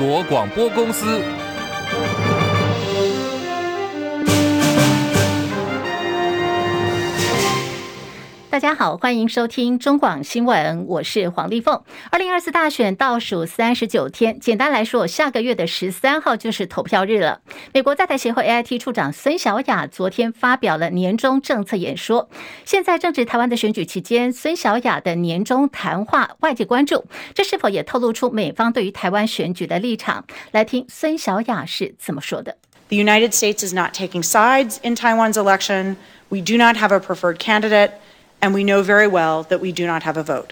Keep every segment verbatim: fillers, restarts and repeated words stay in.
国广播公司。 大家好，欢迎收听中广新闻，我是黄丽凤。二零二四大选倒数三十九天，简单来说，下个月的十三号就是投票日了。美国在台协会 A I T 处长孙小雅昨天发表了年终政策演说。现在正值台湾的选举期间，孙小雅的年终谈话外界关注，这是否也透露出美方对于台湾选举的立场？来听孙小雅是怎么说的。 The United States is not taking sides in Taiwan's election. We do not have a preferred candidate.And we know very well that we do not have a vote.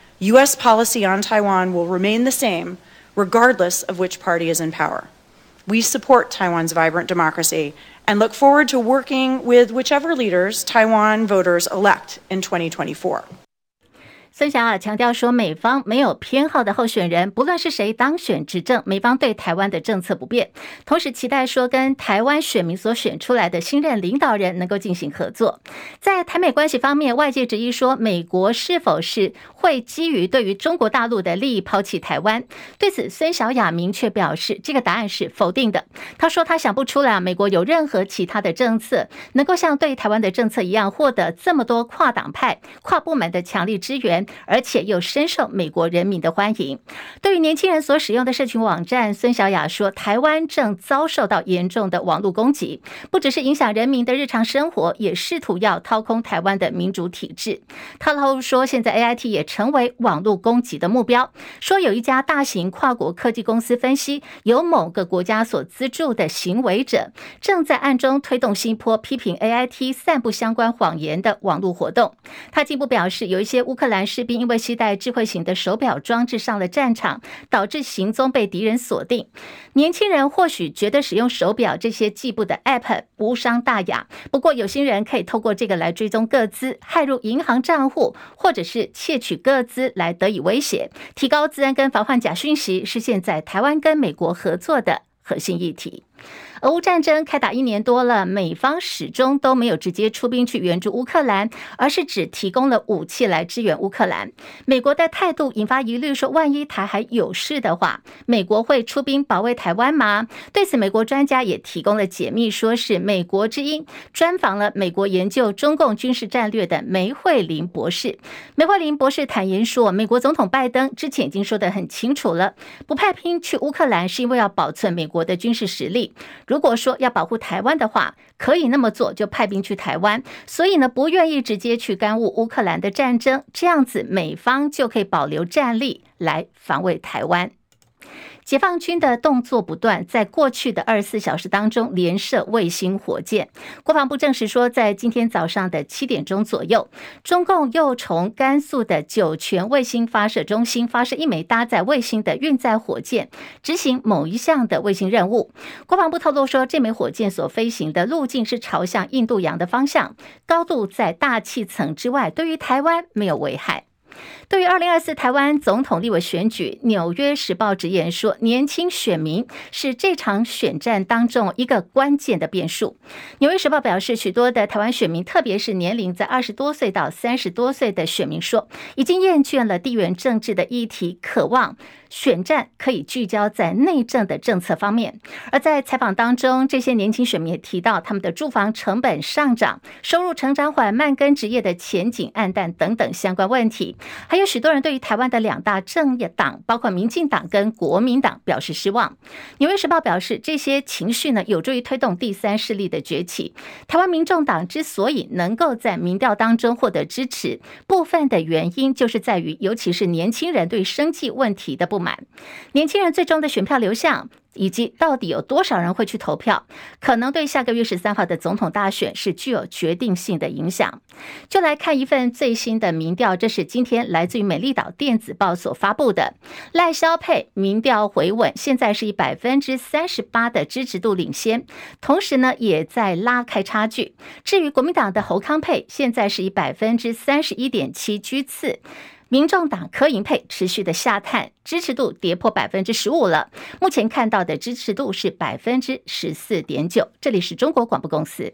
U S policy on Taiwan will remain the same, regardless of which party is in power. We support Taiwan's vibrant democracy and look forward to working with whichever leaders Taiwan voters elect in twenty twenty-four. 孙小雅强调说，美方没有偏好的候选人，不论是谁当选执政，美方对台湾的政策不变。同时期待说，跟台湾选民所选出来的新任领导人能够进行合作。在台美关系方面，外界质疑说，美国是否是会基于对于中国大陆的利益抛弃台湾？对此，孙小雅明确表示，这个答案是否定的。他说，他想不出来美国有任何其他的政策能够像对台湾的政策一样，获得这么多跨党派、跨部门的强力支援。而且又深受美国人民的欢迎。对于年轻人所使用的社群网站，孙小雅说，台湾正遭受到严重的网络攻击，不只是影响人民的日常生活，也试图要掏空台湾的民主体制。他透露说，现在 A I T 也成为网络攻击的目标，说有一家大型跨国科技公司分析，有某个国家所资助的行为者正在暗中推动新波批评 A I T 散布相关谎言的网络活动。他进一步表示，有一些乌克兰士兵因为携带智慧型的手表装置上了战场，导致行踪被敌人锁定。年轻人或许觉得使用手表这些计步的 App 无伤大雅，不过有心人可以透过这个来追踪个资，骇入银行账户，或者是窃取个资来得以威胁。提高资安跟防范假讯息是现在台湾跟美国合作的核心议题。俄乌战争开打一年多了，美方始终都没有直接出兵去援助乌克兰，而是只提供了武器来支援乌克兰。美国的态度引发疑虑，说万一台海有事的话，美国会出兵保卫台湾吗？对此，美国专家也提供了解密，说是美国之音专访了美国研究中共军事战略的梅惠琳博士。梅惠琳博士坦言说，美国总统拜登之前已经说得很清楚了，不派兵去乌克兰是因为要保存美国的军事实力。如果说要保护台湾的话，可以那么做，就派兵去台湾。所以呢，不愿意直接去干预乌克兰的战争，这样子美方就可以保留战力来防卫台湾。解放军的动作不断，在过去的二十四小时当中连射卫星火箭。国防部证实说，在今天早上的七点钟左右，中共又从甘肃的酒泉卫星发射中心发射一枚搭载卫星的运载火箭，执行某一项的卫星任务。国防部透露说，这枚火箭所飞行的路径是朝向印度洋的方向，高度在大气层之外，对于台湾没有危害。对于二零二四台湾总统立委选举，纽约时报直言说，年轻选民是这场选战当中一个关键的变数。纽约时报表示，许多的台湾选民，特别是年龄在二十多岁到三十多岁的选民说，已经厌倦了地缘政治的议题，渴望选战可以聚焦在内政的政策方面。而在采访当中，这些年轻选民也提到他们的住房成本上涨、收入成长缓慢跟职业的前景暗淡等等相关问题。还有许多人对于台湾的两大政党，包括民进党跟国民党表示失望。纽约时报表示，这些情绪呢有助于推动第三势力的崛起。台湾民众党之所以能够在民调当中获得支持，部分的原因就是在于，尤其是年轻人对生计问题的不满。年轻人最终的选票流向，以及到底有多少人会去投票，可能对下个月十三号的总统大选是具有决定性的影响。就来看一份最新的民调，这是今天来自于美丽岛电子报所发布的。赖萧配民调回稳，现在是以百分之三十八的支持度领先，同时呢也在拉开差距。至于国民党的侯康配，现在是以百分之三十一点七居次。民众党柯银配持续的下探，支持度跌破百分之十五了。目前看到的支持度是百分之十四点九。这里是中国广播公司。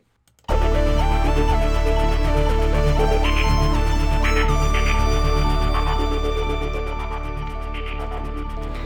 新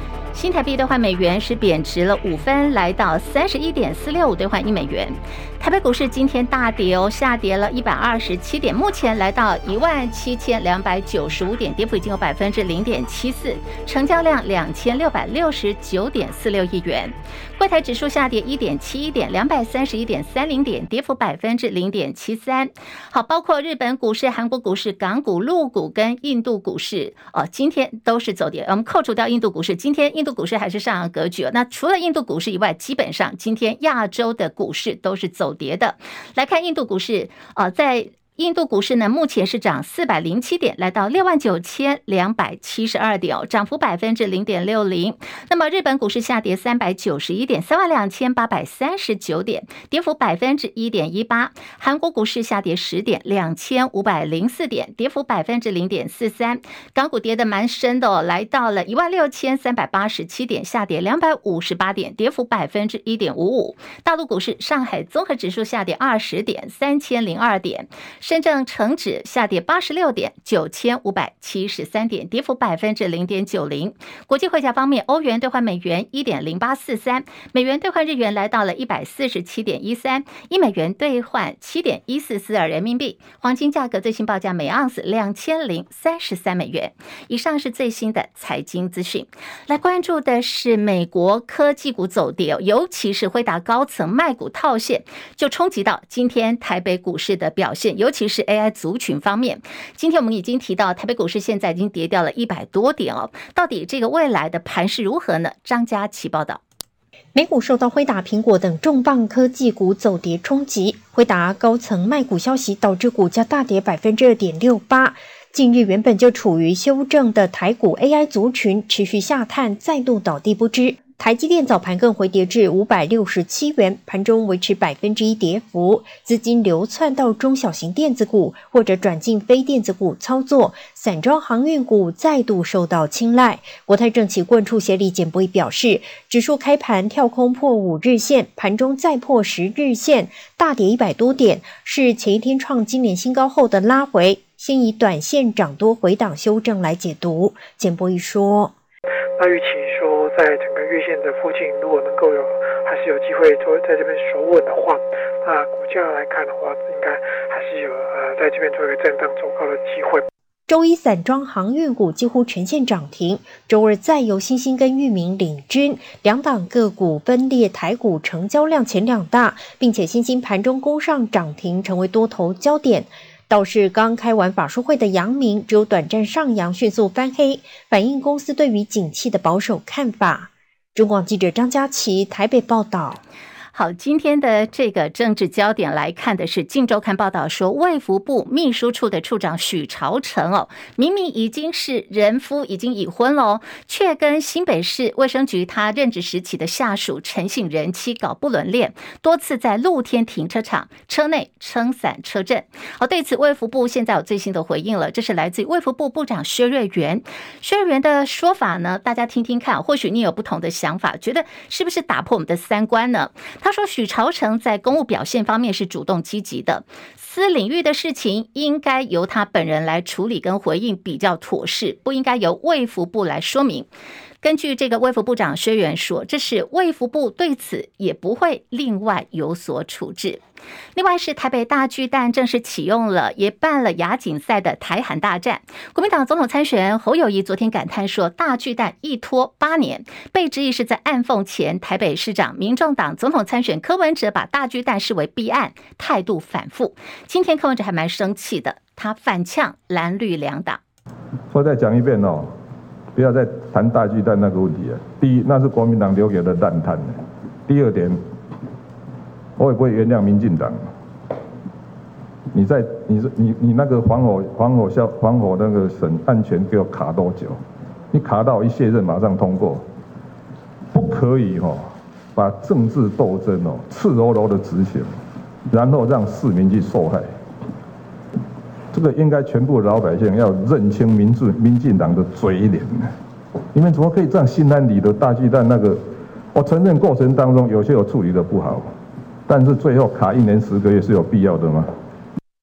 新台币兑换美元是贬值了五分，来到三十一点四六五兑换一美元。台北股市今天大跌哦，下跌了一百二十七点，目前来到一万七千两百九十五点，跌幅已经有百分之零点七四，成交量两千六百六十九点四六亿元。柜台指数下跌一点七一点，两百三十一点三零点，跌幅百分之零点七三。好，包括日本股市、韩国股市、港股、陆股跟印度股市哦，今天都是走跌。我们扣除掉印度股市，今天印度股市还是上扬格局哦。那除了印度股市以外，基本上今天亚洲的股市都是走跌的。来看印度股市，呃，在印度股市呢，目前是涨四百零七点，来到六万九千两百七十二点哦，涨幅百分之零点六零。那么日本股市下跌三百九十一点，三万两千八百三十九点，跌幅百分之一点一八。韩国股市下跌十点，两千五百零四点，跌幅百分之零点四三。港股跌得蛮深的哦，来到了一万六千三百八十七点，下跌两百五十八点，跌幅百分之一点五五。大陆股市，上海综合指数下跌二十点，三千零二点。深圳成指下跌八十六点，九千五百七十三点，跌幅百分之零点九零。国际汇价方面，欧元兑换美元一点零八四三，美元兑换日元来到了一百四十七点一三，一美元兑换七点一四四二人民币。黄金价格最新报价每盎司两千零三十三美元。以上是最新的财经资讯。来关注的是美国科技股走跌，尤其是辉达高层卖股套现，就冲击到今天台北股市的表现，尤其其是 A I 族群方面，今天我们已经提到台北股市现在已经跌掉了一百多点哦，到底这个未来的盘势如何呢？张佳琪报道。 美股受到辉达、苹果等重磅科技股走跌冲击，辉达高层卖股消息导致股价大跌百分之二点六八。近日原本就处于修正的台股 A I 族群持续下探，再度倒地不支。台积电早盘更回跌至五百六十七元，盘中维持百分之一跌幅，资金流窜到中小型电子股或者转进非电子股操作，散装航运股再度受到青睐。国泰证期棍处协理简博仪表示，指数开盘跳空破五日线，盘中再破十日线，大跌一百多点，是前一天创今年新高后的拉回，先以短线涨多回档修正来解读。简博仪说， 那预期说在整个月线的附近，如果能够有还是有机会做在这边守稳的话，那股价来看的话，应该还是有呃在这边做一个震荡走高的机会。 周一散装航运股几乎全线涨停，周二再由新兴跟裕民领军，两档个股分列台股成交量前两大，并且新兴盘中攻上涨停，成为多头焦点。倒是刚开完法说会的阳明只有短暂上扬，迅速翻黑，反映公司对于景气的保守看法。中广记者张佳琪台北报道。 好，今天的这个政治焦点来看的是《镜周刊》报道说，卫福部秘书处的处长许朝成哦，明明已经是人夫，已经已婚了哦，却跟新北市卫生局他任职时期的下属陈姓人妻搞不伦恋，多次在露天停车场车内撑伞车震。好，对此卫福部现在有最新的回应了，这是来自于卫福部部长薛瑞元。薛瑞元的说法呢，大家听听看，或许你有不同的想法，觉得是不是打破我们的三观呢？他说许朝成在公务表现方面是主动积极的，私领域的事情应该由他本人来处理跟回应比较妥适，不应该由卫福部来说明。根据这个卫福部长薛元说，这是卫福部对此也不会另外有所处置。另外是台北大巨蛋正式启用了，也办了亚锦赛的台韩大战。国民党总统参选人侯友宜昨天感叹说，大巨蛋一拖八年，被质疑是在暗讽前台北市长民众党总统参选柯文哲把大巨蛋视为弊案，态度反复。今天柯文哲还蛮生气的，他反呛蓝绿两党。 我再讲一遍哦，不要再谈大巨蛋那个问题了。第一，那是国民党留给的烂摊。第二点，我也不会原谅民进党。你在你你你那个防火防火消防火那个审案权给我卡多久？你卡到一卸任马上通过，不可以哦，把政治斗争哦赤裸裸的执行，然后让市民去受害。这个应该全部老百姓要认清民进民进党的嘴脸。你们怎么可以这样心安理得？大巨蛋那个，我承认过程当中有些有处理的不好，但是最后卡一年十个月是有必要的吗？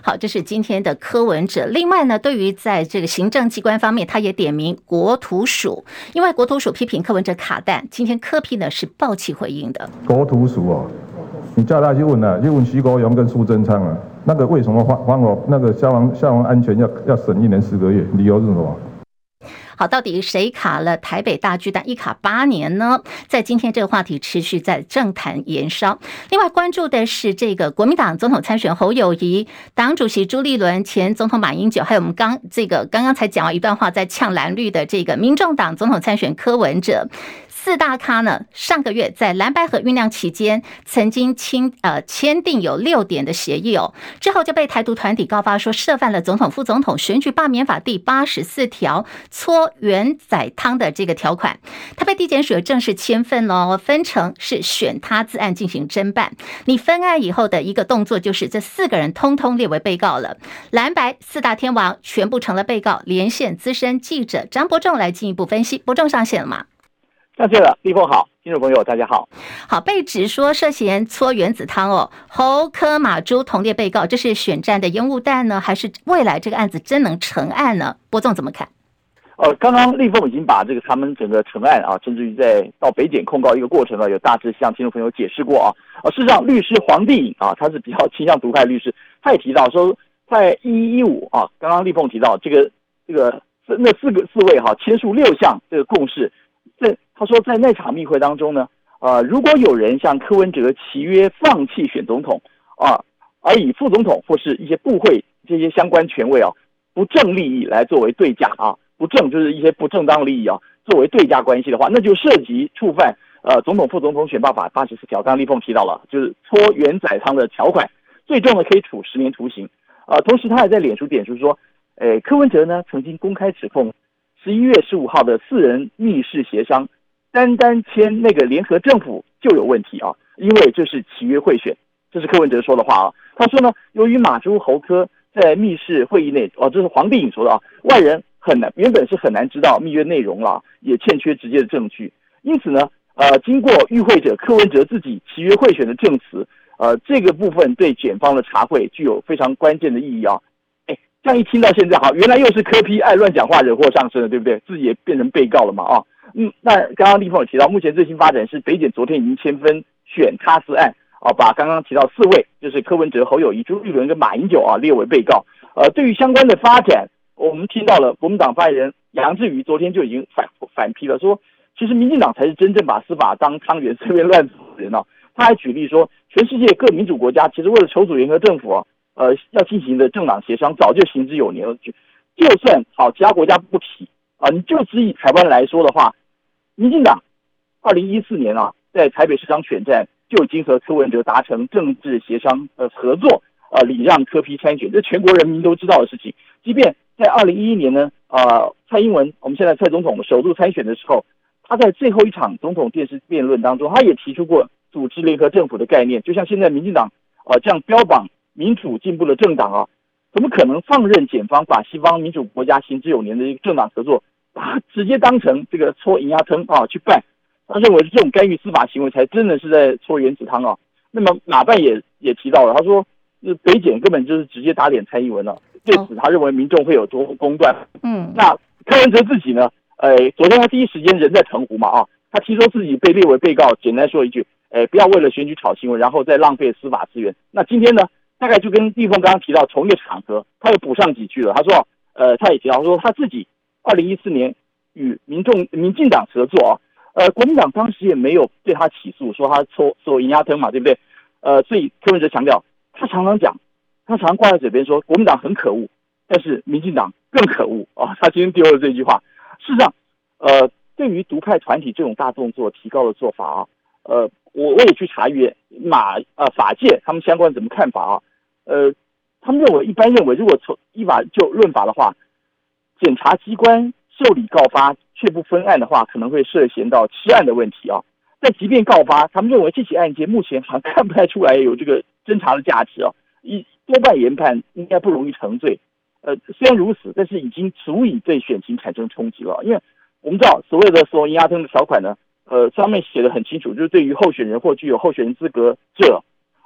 好，这是今天的柯文哲。另外呢，对于在这个行政机关方面，他也点名国土署，因为国土署批评柯文哲卡蛋，今天柯 P 呢是暴气回应的。 国土署哦，你叫他去问啊，去问徐国勇跟苏贞昌啊，那个为什么放放我那个消防消防安全要要审一年四个月，理由是什么？ 好，到底谁卡了台北大巨蛋一卡八年呢？在今天这个话题持续在政坛延烧。另外关注的是这个国民党总统参选侯友宜、党主席朱立伦、前总统马英九，还有我们刚这个刚刚才讲完一段话在呛蓝绿的这个民众党总统参选柯文哲。四大咖呢，上个月在蓝白合酝酿期间，曾经签呃签订有六点的协议哦，之后就被台独团体告发说涉犯了总统、副总统选举罢免法第八十四条搓圆仔汤的这个条款。他被地检署正式签份喽，分成是选他自案进行侦办。你分案以后的一个动作就是这四个人通通列为被告了，蓝白四大天王全部成了被告。连线资深记者张伯仲来进一步分析。伯仲上线了吗？ 上线了，立峰好，听众朋友大家好。 好，被指说涉嫌搓原子汤哦，侯柯马朱同列被告，这是选战的烟雾弹呢，还是未来这个案子真能成案呢？伯仲怎么看？ 呃，刚刚立峰已经把这个他们整个成案啊，甚至于在到北检控告一个过程啊，有大致向听众朋友解释过啊。呃，事实上，律师黄帝颖啊，他是比较倾向独派律师，他也提到说，在一一一五啊，刚刚立峰提到这个这个那四个四位哈、啊、签署六项这个共识。这他说，在那场密会当中呢，呃，如果有人向柯文哲契约放弃选总统啊，而以副总统或是一些部会这些相关权位啊，不正利益来作为对价啊，不正就是一些不正当利益啊，作为对价关系的话，那就涉及触犯呃总统、副总统选罢法八十四条。刚刚立峰提到了，就是搓圆仔汤的条款，最重的可以处十年徒刑。呃，同时他还在脸书点出说，诶，柯文哲呢曾经公开指控。十一月十五号的四人密室协商，单单签那个联合政府就有问题啊，因为这是契约贿选，这是柯文哲说的话啊。他说呢，由于马朱侯柯在密室会议内，哦，这是黄帝颖说的啊，外人很难，原本是很难知道密约内容了，也欠缺直接的证据，因此呢，呃，经过与会者柯文哲自己契约贿选的证词，呃，这个部分对检方的查会具有非常关键的意义啊。这样一听到现在，好，原来又是柯 P 爱乱讲话，惹祸上身了，对不对？自己也变成被告了嘛，啊，嗯，那刚刚立峰有提到，目前最新发展是北检昨天已经签分选他司案，啊，把刚刚提到四位，就是柯文哲、侯友宜、朱立伦跟马英九啊列为被告。呃，对于相关的发展，我们听到了国民党发言人杨志瑜昨天就已经反反批了，说其实民进党才是真正把司法当汤圆随便乱组的人啊。他还举例说，全世界各民主国家其实为了筹组联合政府啊。呃，要进行的政党协商早就行之有年了。就就算好，其他国家不提啊，你就只以台湾来说的话，民进党二零一四年啊，在台北市长选战就已经和柯文哲达成政治协商呃合作，呃礼让柯 P 参选，这全国人民都知道的事情。即便在二零一一年呢，呃，蔡英文我们现在蔡总统首度参选的时候，他在最后一场总统电视辩论当中，他也提出过组织联合政府的概念，就像现在民进党呃这样标榜。民主进步的政党啊，怎么可能放任检方把西方民主国家行之有年的一个政党合作，把它直接当成这个搓银牙汤啊去办？他认为这种干预司法行为才真的是在搓原子汤啊。那么马办也也提到了，他说，北检根本就是直接打脸蔡英文了。对此，他认为民众会有多公断。嗯，那柯文哲自己呢？呃，昨天他第一时间人在澎湖嘛啊，他提说自己被列为被告，简单说一句，哎，不要为了选举炒新闻，然后再浪费司法资源。那今天呢？大概就跟立峰刚刚提到同一个场合，他又补上几句了。他说，呃，他也提到说他自己二零一四年与民众民进党合作啊，呃，国民党当时也没有对他起诉，说他抽抽银牙汤嘛，对不对？呃，所以柯文哲强调，他常常讲，他常常挂在嘴边说国民党很可恶，但是民进党更可恶啊。他今天丢了这句话。事实上，呃，对于独派团体这种大动作提高的做法啊，呃。我我也去查阅马呃法界他们相关怎么看法啊？呃，他们认为一般认为，如果从依法就论法的话，检察机关受理告发却不分案的话，可能会涉嫌到欺案的问题啊。但即便告发，他们认为这起案件目前好像看不太出来有这个侦查的价值啊，一多半研判应该不容易成罪。呃，虽然如此，但是已经足以对选情产生冲击了，因为我们知道所谓的所谓银牙汤的条款呢。呃，上面写的很清楚，就是对于候选人或具有候选人资格者，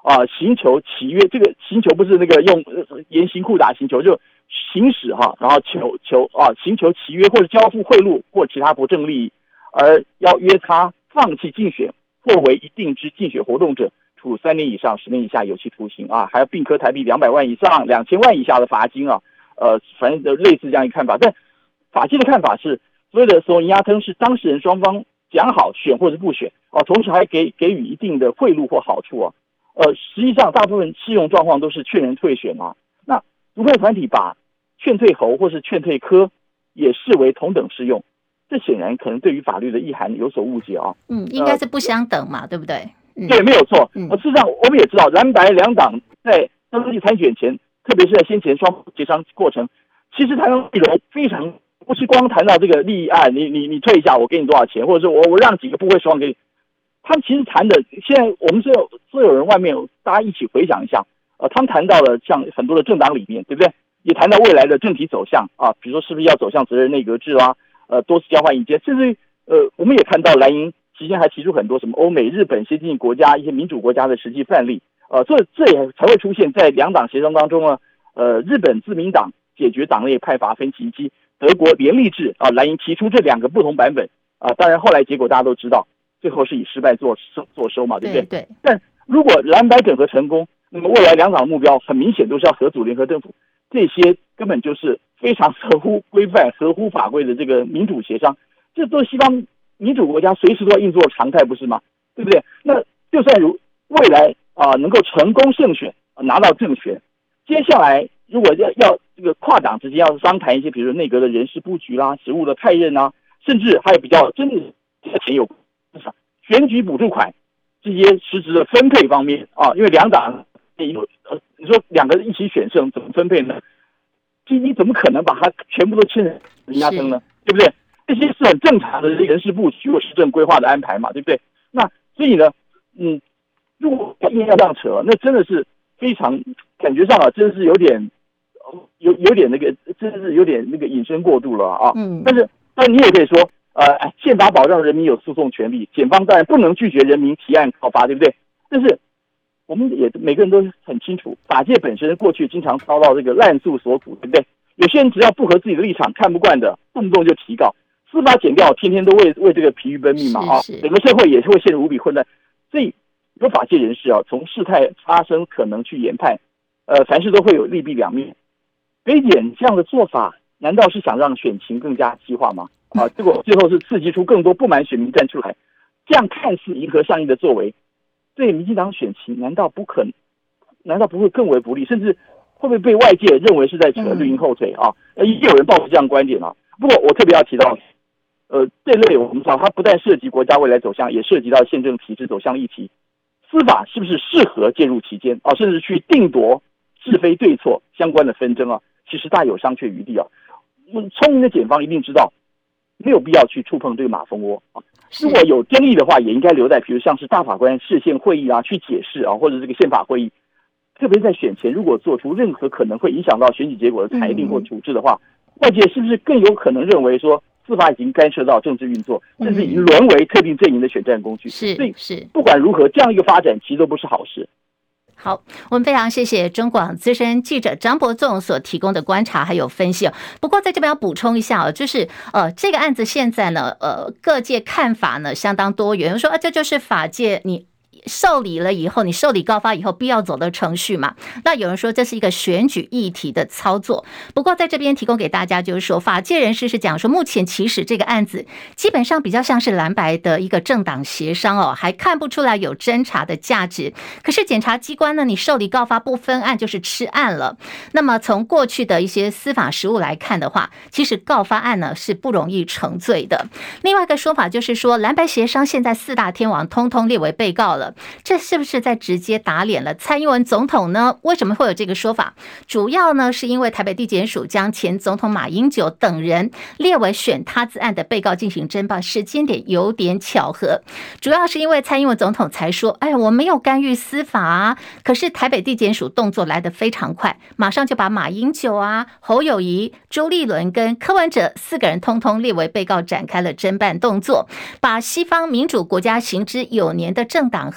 啊、呃、刑求契约，这个刑求不是那个用严刑酷打刑求，就行使哈，然后求求啊刑求契约或者交付贿赂或其他不正利益，而要约他放弃竞选或为一定之竞选活动者，处三年以上十年以下有期徒刑啊，还要并科台币两百万以上两千万以下的罚金啊，呃，反正类似这样一个看法。但法界的看法是，所谓的所谓押腾是当事人双方讲好选或者不选啊，同时还给给予一定的贿赂或好处啊。呃，实际上大部分适用状况都是劝人退选啊。那独派团体把劝退侯或是劝退科也视为同等适用，这显然可能对于法律的意涵有所误解啊。 嗯，应该是不相等嘛，呃、对不对？嗯、 对，没有错。 嗯， 事实上我们也知道，蓝白两党在登记参选前，特别是在先前双方协商过程，其实谈的内容非常不是光谈到这个利益案，你你你退一下，我给你多少钱，或者是我我让几个部会首长给你。他们其实谈的，现在我们所有所有人外面，大家一起回想一下，呃，他们谈到了像很多的政党理念，对不对？也谈到未来的政体走向啊，比如说是不是要走向责任内阁制啦、啊，呃，多次交换意见，甚至呃，我们也看到蓝营期间还提出很多什么欧美、日本先进国家一些民主国家的实际范例，呃，这这也才会出现在两党协商当中呢。呃，日本自民党解决党内派阀分歧，以及德国联立制啊，蓝营提出这两个不同版本啊，当然后来结果大家都知道。最后是以失败做收做收嘛，对不对？ 对对。 但如果蓝白整合成功，那么未来两党的目标很明显都是要合组联合政府，这些根本就是非常合乎规范、合乎法规的这个民主协商，这都是西方民主国家随时都要运作的常态，不是吗？对不对？那就算如未来啊、呃、能够成功胜选、呃、拿到政权，接下来如果要要这个跨党之间要商谈一些，比如说内阁的人事布局啦、职务的派任啊，甚至还有比较真的钱有。选举补助款这些实质的分配方面啊，因为两党有呃，你说两个人一起选胜怎么分配呢？这你怎么可能把它全部都签成押腾呢？对不对？这些是很正常的人事部局或市政规划的安排嘛，对不对？那所以呢，嗯，如果硬要这样扯，那真的是非常感觉上啊，真是有点有有点那个，真是有点那个引申过度了啊。嗯，但是但你也可以说。呃，宪法保障人民有诉讼权利，检方当然不能拒绝人民提案告发，对不对？但是我们也每个人都很清楚，法界本身过去经常遭到这个滥诉所苦，对不对？有些人只要不合自己的立场，看不惯的，动不动就提告，司法检调天天都为为这个疲于奔命嘛啊，整个社会也是会陷入无比混乱。所以有法界人士啊，从事态发生可能去研判，呃，凡事都会有利弊两面。北检这样的做法，难道是想让选情更加激化吗？啊，结果最后是刺激出更多不满选民站出来，这样看似迎合上意的作为，对民进党选情难道不可，难道不会更为不利？甚至会不会被外界认为是在扯绿营后腿啊？呃，也有人抱持这样观点啊。不过我特别要提到，呃，这类我们知道，它不但涉及国家未来走向，也涉及到宪政体制走向议题，司法是不是适合介入其间啊？甚至去定夺是非对错相关的纷争啊，其实大有商榷余地啊。聪明的检方一定知道。没有必要去触碰这个马蜂窝啊！如果有争议的话，也应该留在比如像是大法官视线会议啊去解释啊，或者这个宪法会议。特别在选前，如果做出任何可能会影响到选举结果的裁定或处置的话，嗯、外界是不是更有可能认为说司法已经干涉到政治运作，甚至已经沦为特定阵营的选战工具？ 是， 所以是不管如何，这样一个发展其实都不是好事。 好，我们非常谢谢中广资深记者张伯仲所提供的观察还有分析。不过在这边要补充一下哦，就是呃这个案子现在呢，呃各界看法呢相当多元，说啊这就是法界你受理了以后，你受理告发以后必要走的程序嘛。那有人说这是一个选举议题的操作，不过在这边提供给大家就是说，法界人士是讲说，目前其实这个案子基本上比较像是蓝白的一个政党协商哦，还看不出来有侦查的价值。可是检察机关呢，你受理告发不分案就是吃案了。那么从过去的一些司法实务来看的话，其实告发案呢是不容易成罪的。另外一个说法就是说，蓝白协商现在四大天王通通列为被告了。这是不是在直接打脸了蔡英文总统呢？为什么会有这个说法？主要呢是因为台北地检署将前总统马英九等人列为选他自案的被告进行侦办，时间点有点巧合。主要是因为蔡英文总统才说，哎，我没有干预司法啊。可是台北地检署动作来得非常快，马上就把马英九啊、侯友宜、朱立伦跟柯文哲四个人通通列为被告，展开了侦办动作，把西方民主国家行之有年的政党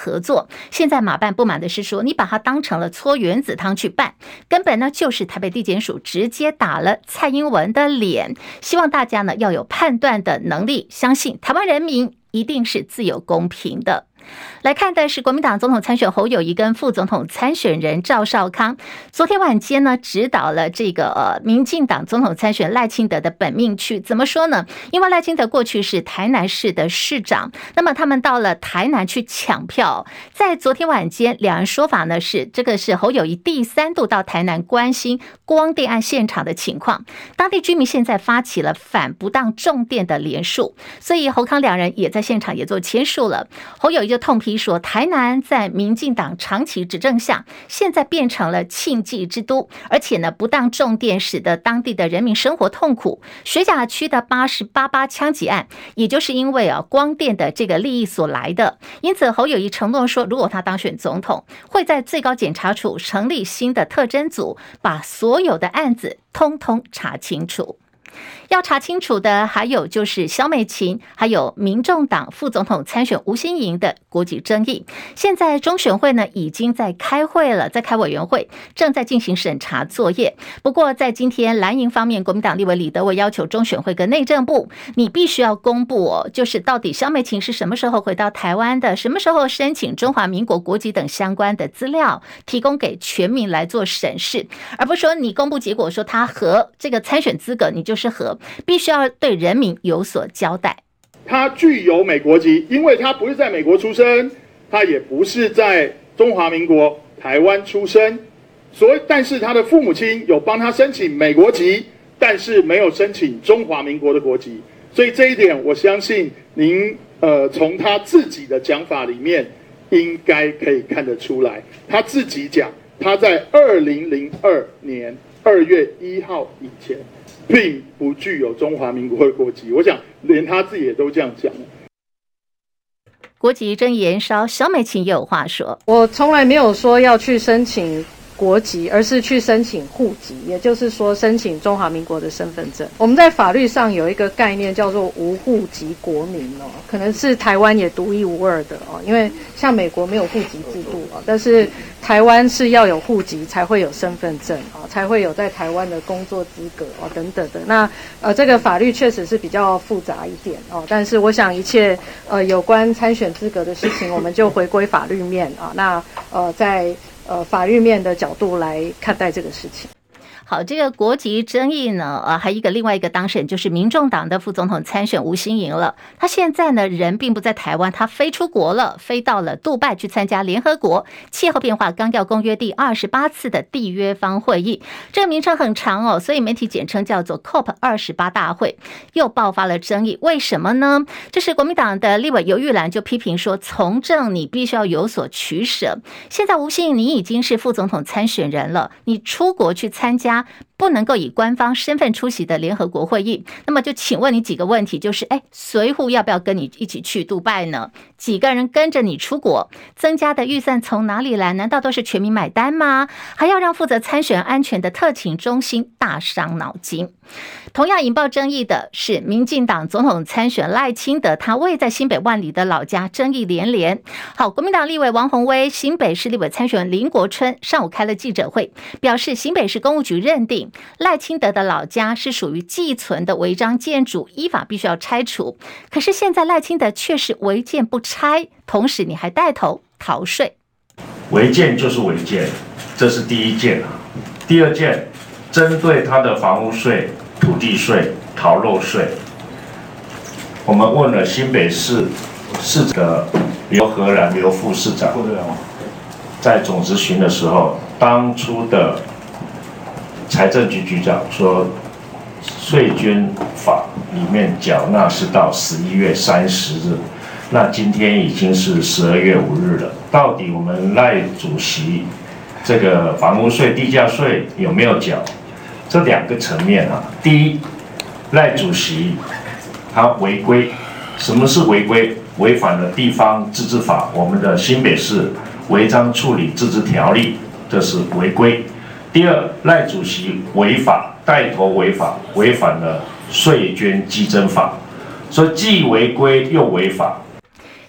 合作。现在马办不满的是说，你把它当成了搓原子汤去办，根本呢就是台北地检署直接打了蔡英文的脸。希望大家呢要有判断的能力，相信台湾人民一定是自由公平的。来看的是国民党总统参选侯友宜跟副总统参选人赵少康，昨天晚间呢指导了这个呃民进党总统参选赖清德的本命区。怎么说呢？因为赖清德过去是台南市的市长，那么他们到了台南去抢票，在昨天晚间两人说法呢是，这个是侯友宜第三度到台南关心光电案现场的情况，当地居民现在发起了反不当重电的联署，所以侯康两人也在现场也做签署了。侯友宜就痛批说，台南在民进党长期执政下，现在变成了庆忌之都，而且呢，不当重电使得当地的人民生活痛苦。水甲区的八十八八枪击案，也就是因为啊光电的这个利益所来的。因此，侯友宜承诺说，如果他当选总统，会在最高检察署成立新的特侦组，把所有的案子通通查清楚。要查清楚的还有就是萧美琴还有民众党副总统参选吴欣盈的国籍争议。现在中选会呢已经在开会了，在开委员会，正在进行审查作业。不过在今天蓝营方面，国民党立委李德维要求中选会跟内政部，你必须要公布哦，就是到底萧美琴是什么时候回到台湾的，什么时候申请中华民国国籍等相关的资料，提供给全民来做审视，而不是说你公布结果说他合这个参选资格，你就是合，必须要对人民有所交代。 他具有美国籍，因为他不是在美国出生，他也不是在中华民国台湾出生，所以但是他的父母亲有帮他申请美国籍，但是没有申请中华民国的国籍，所以这一点我相信您呃从他自己的讲法里面应该可以看得出来，他自己讲他在二零零二年二月一号以前并不具有中华民国的国籍，我想连他自己也都这样讲了。 国籍争议延烧，萧美琴也有话说： 我从来没有说要去申请国籍，而是去申请户籍，也就是说申请中华民国的身份证。我们在法律上有一个概念叫做无户籍国民哦，可能是台湾也独一无二的哦，因为像美国没有户籍制度哦，但是台湾是要有户籍才会有身份证啊，才会有在台湾的工作资格啊等等的。那呃，这个法律确实是比较复杂一点哦，但是我想一切呃有关参选资格的事情，我们就回归法律面啊。那呃在呃法律面的角度来看待这个事情。 好，这个国籍争议呢，呃，还有一个另外一个当事人就是民众党的副总统参选吴欣盈了。他现在呢人并不在台湾，他飞出国了，飞到了杜拜去参加联合国气候变化纲要公约第二十八次的缔约方会议。这个名称很长哦，所以媒体简称叫做 C O P 二十八 大会，又爆发了争议。为什么呢？这是国民党的立委游玉兰就批评说，从政你必须要有所取舍。现在吴欣盈你已经是副总统参选人了，你出国去参加不能够以官方身份出席的联合国会议，那么就请问你几个问题，就是哎，随扈要不要跟你一起去杜拜呢？几个人跟着你出国？增加的预算从哪里来？难道都是全民买单吗？还要让负责参选安全的特勤中心大伤脑筋。同样引爆争议的是民进党总统参选赖清德，他位在新北万里的老家争议连连。好，国民党立委王宏威、新北市立委参选人林国春上午开了记者会，表示新北市公务局认定赖清德的老家是属于寄存的违章建筑，依法必须要拆除。可是现在赖清德却是违建不拆，同时你还带头逃税。 违建就是违建，这是第一件。第二件，针对他的房屋税、土地税、逃漏税，我们问了新北市市的刘和然刘副市长，在总质询的时候，当初的财政局局长说，税捐法里面缴纳是到十一月三十日，那今天已经是十二月五日了，到底我们赖主席这个房屋税、地价税有没有缴？这两个层面啊，第一，赖主席他违规，什么是违规？违反了地方自治法，我们的新北市违章处理自治条例，这是违规。第二，赖主席违法，带头违法，违反了税捐稽征法，所以既违规又违法。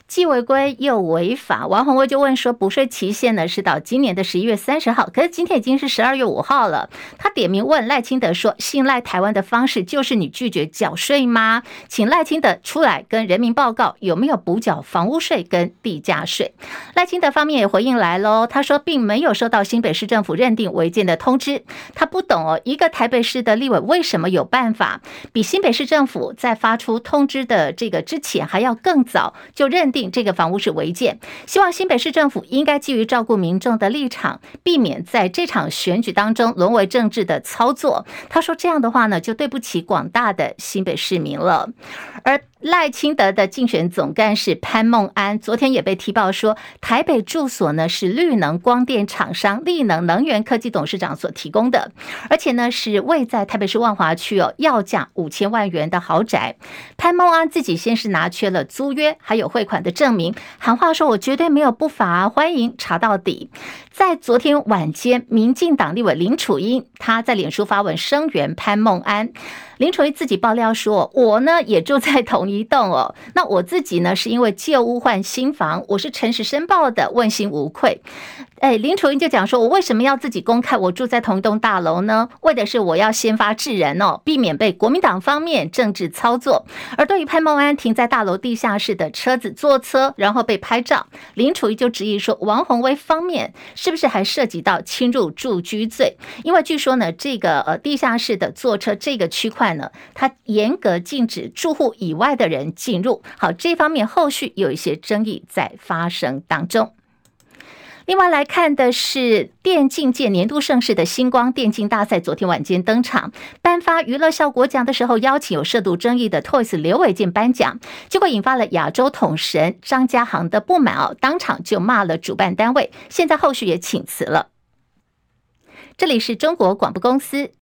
既违规又违法。王宏威就问说，补税期限呢是到今年的十一月三十号，可是今天已经是十二月五号了。他点名问赖清德说，信赖台湾的方式就是你拒绝缴税吗？请赖清德出来跟人民报告有没有补缴房屋税跟地价税。赖清德方面也回应来咯，他说并没有收到新北市政府认定违建的通知。他不懂哦，一个台北市的立委为什么有办法比新北市政府在发出通知的这个之前还要更早就认定这个房屋是违建。希望新北市政府应该基于照顾民众的立场，避免在这场选举当中沦为政治的操作。他说这样的话呢，就对不起广大的新北市民了。而赖清德的竞选总干事潘孟安昨天也被踢爆说，台北住所呢是绿能光电厂商力能能源科技董事长所提供的，而且呢是位在台北市万华区哦，要价五千万元的豪宅。潘孟安自己先是拿缺了租约还有汇款的证明，喊话说我绝对没有不法，欢迎查到底。在昨天晚间，民进党立委林楚英他在脸书发文声援潘孟安。林楚英自己爆料说，我呢也住在同一栋哦，那我自己呢是因为旧屋换新房，我是诚实申报的，问心无愧。哎，林楚英就讲说，我为什么要自己公开我住在同一栋大楼呢？为的是我要先发制人哦，避免被国民党方面政治操作。而对于潘孟安停在大楼地下室的车子坐车然后被拍照，林楚英就质疑说，王宏威方面是不是还涉及到侵入住居罪？因为据说呢，这个呃地下室的坐车这个区块呢，它严格禁止住户以外的人进入。好，这方面后续有一些争议在发生当中。另外来看的是电竞界年度盛事的星光电竞大赛，昨天晚间登场，颁发娱乐效果奖的时候，邀请有涉毒争议的 Toys 刘伟健颁奖，结果引发了亚洲统神张家航的不满哦，当场就骂了主办单位，现在后续也请辞了。这里是中国广播公司